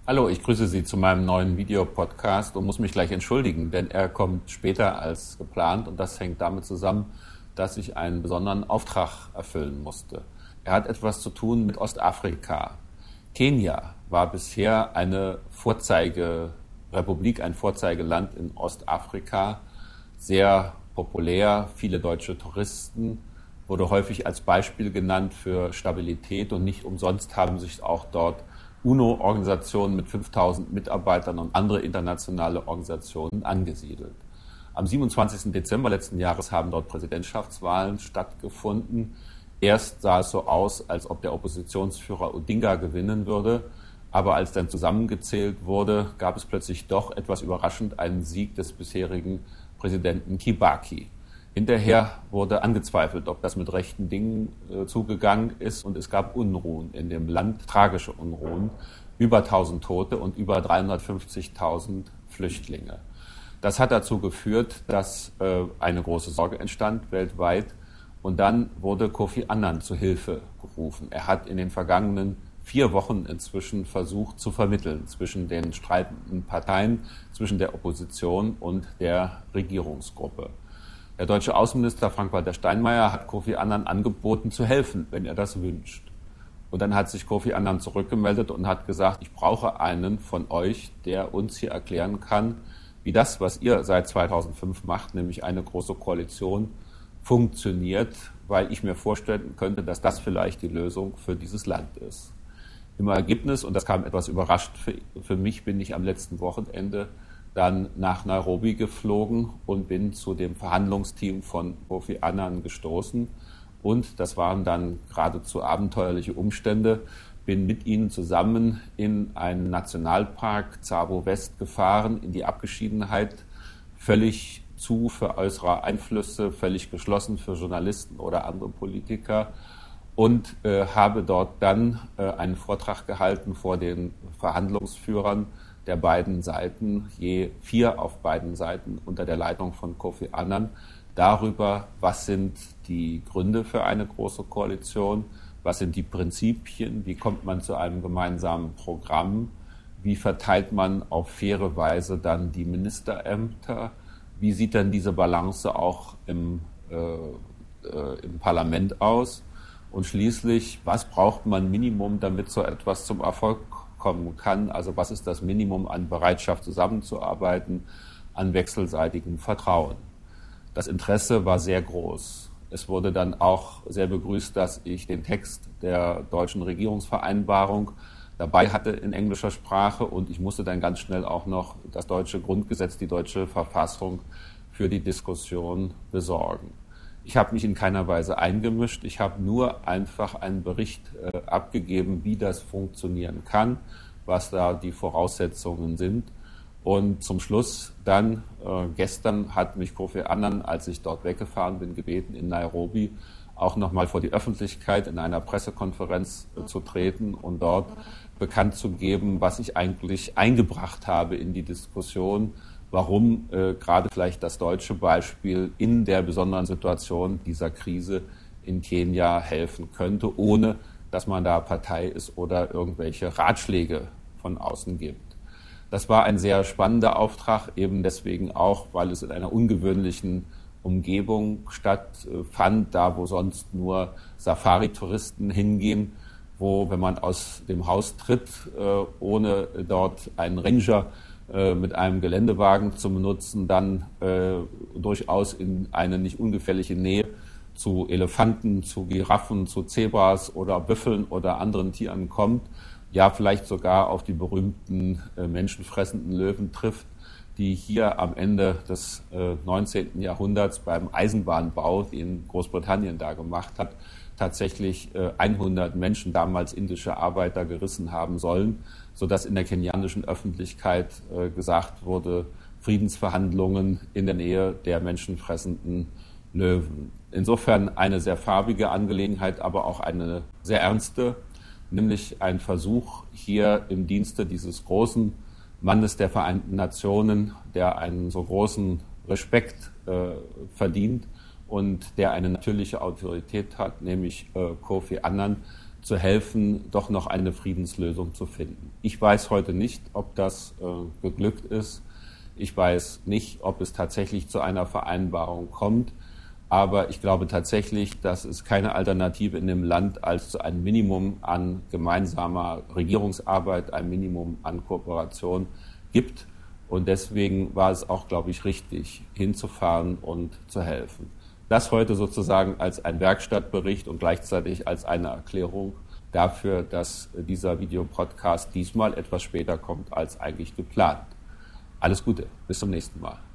Hallo, ich grüße Sie zu meinem neuen Videopodcast und muss mich gleich entschuldigen, denn er kommt später als geplant und das hängt damit zusammen, dass ich einen besonderen Auftrag erfüllen musste. Er hat etwas zu tun mit Ostafrika. Kenia war bisher eine Vorzeigerepublik, ein Vorzeigeland in Ostafrika, sehr populär, viele deutsche Touristen, wurde häufig als Beispiel genannt für Stabilität und nicht umsonst haben sich auch dort UNO-Organisationen mit 5000 Mitarbeitern und andere internationale Organisationen angesiedelt. Am 27. Dezember letzten Jahres haben dort Präsidentschaftswahlen stattgefunden. Erst sah es so aus, als ob der Oppositionsführer Odinga gewinnen würde, aber als dann zusammengezählt wurde, gab es plötzlich doch etwas überraschend einen Sieg des bisherigen Präsidenten Kibaki. Hinterher wurde angezweifelt, ob das mit rechten Dingen zugegangen ist und es gab Unruhen in dem Land, tragische Unruhen, über 1000 Tote und über 350.000 Flüchtlinge. Das hat dazu geführt, dass eine große Sorge entstand weltweit und dann wurde Kofi Annan zu Hilfe gerufen. Er hat in den vergangenen 4 Wochen inzwischen versucht zu vermitteln zwischen den streitenden Parteien, zwischen der Opposition und der Regierungsgruppe. Der deutsche Außenminister Frank-Walter Steinmeier hat Kofi Annan angeboten, zu helfen, wenn er das wünscht. Und dann hat sich Kofi Annan zurückgemeldet und hat gesagt, ich brauche einen von euch, der uns hier erklären kann, wie das, was ihr seit 2005 macht, nämlich eine große Koalition, funktioniert, weil ich mir vorstellen könnte, dass das vielleicht die Lösung für dieses Land ist. Im Ergebnis, und das kam etwas überrascht für mich, bin ich am letzten Wochenende dann nach Nairobi geflogen und bin zu dem Verhandlungsteam von Kofi Annan gestoßen. Und das waren dann geradezu abenteuerliche Umstände. Bin mit ihnen zusammen in einen Nationalpark Tsavo West gefahren, in die Abgeschiedenheit, völlig zu für äußere Einflüsse, völlig geschlossen für Journalisten oder andere Politiker. Und habe dort dann einen Vortrag gehalten vor den Verhandlungsführern der beiden Seiten, je 4 auf beiden Seiten unter der Leitung von Kofi Annan, darüber, was sind die Gründe für eine große Koalition, was sind die Prinzipien, wie kommt man zu einem gemeinsamen Programm, wie verteilt man auf faire Weise dann die Ministerämter, wie sieht dann diese Balance auch im Parlament aus und schließlich, was braucht man Minimum, damit so etwas zum Erfolg kommen kann, also was ist das Minimum an Bereitschaft zusammenzuarbeiten, an wechselseitigem Vertrauen. Das Interesse war sehr groß. Es wurde dann auch sehr begrüßt, dass ich den Text der deutschen Regierungsvereinbarung dabei hatte in englischer Sprache und ich musste dann ganz schnell auch noch das deutsche Grundgesetz, die deutsche Verfassung für die Diskussion besorgen. Ich habe mich in keiner Weise eingemischt. Ich habe nur einfach einen Bericht abgegeben, wie das funktionieren kann, was da die Voraussetzungen sind. Und zum Schluss dann, gestern hat mich Kofi Annan, als ich dort weggefahren bin, gebeten, in Nairobi auch nochmal vor die Öffentlichkeit in einer Pressekonferenz zu treten und dort bekannt zu geben, was ich eigentlich eingebracht habe in die Diskussion, warum gerade vielleicht das deutsche Beispiel in der besonderen Situation dieser Krise in Kenia helfen könnte, ohne dass man da Partei ist oder irgendwelche Ratschläge von außen gibt. Das war ein sehr spannender Auftrag, eben deswegen auch, weil es in einer ungewöhnlichen Umgebung stattfand, da wo sonst nur Safari-Touristen hingehen, wo, wenn man aus dem Haus tritt, ohne dort einen Ranger mit einem Geländewagen zu benutzen, dann durchaus in eine nicht ungefährliche Nähe zu Elefanten, zu Giraffen, zu Zebras oder Büffeln oder anderen Tieren kommt, ja vielleicht sogar auf die berühmten menschenfressenden Löwen trifft, die hier am Ende des 19. Jahrhunderts beim Eisenbahnbau, den Großbritannien da gemacht hat, tatsächlich 100 Menschen, damals indische Arbeiter, gerissen haben sollen, sodass in der kenianischen Öffentlichkeit gesagt wurde, Friedensverhandlungen in der Nähe der menschenfressenden Löwen. Insofern eine sehr farbige Angelegenheit, aber auch eine sehr ernste, nämlich ein Versuch, hier im Dienste dieses großen Mannes der Vereinten Nationen, der einen so großen Respekt verdient und der eine natürliche Autorität hat, nämlich Kofi Annan, zu helfen, doch noch eine Friedenslösung zu finden. Ich weiß heute nicht, ob das geglückt ist. Ich weiß nicht, ob es tatsächlich zu einer Vereinbarung kommt. Aber ich glaube tatsächlich, dass es keine Alternative in dem Land als zu einem Minimum an gemeinsamer Regierungsarbeit, ein Minimum an Kooperation gibt. Und deswegen war es auch, glaube ich, richtig, hinzufahren und zu helfen. Das heute sozusagen als ein Werkstattbericht und gleichzeitig als eine Erklärung dafür, dass dieser Videopodcast diesmal etwas später kommt als eigentlich geplant. Alles Gute, bis zum nächsten Mal.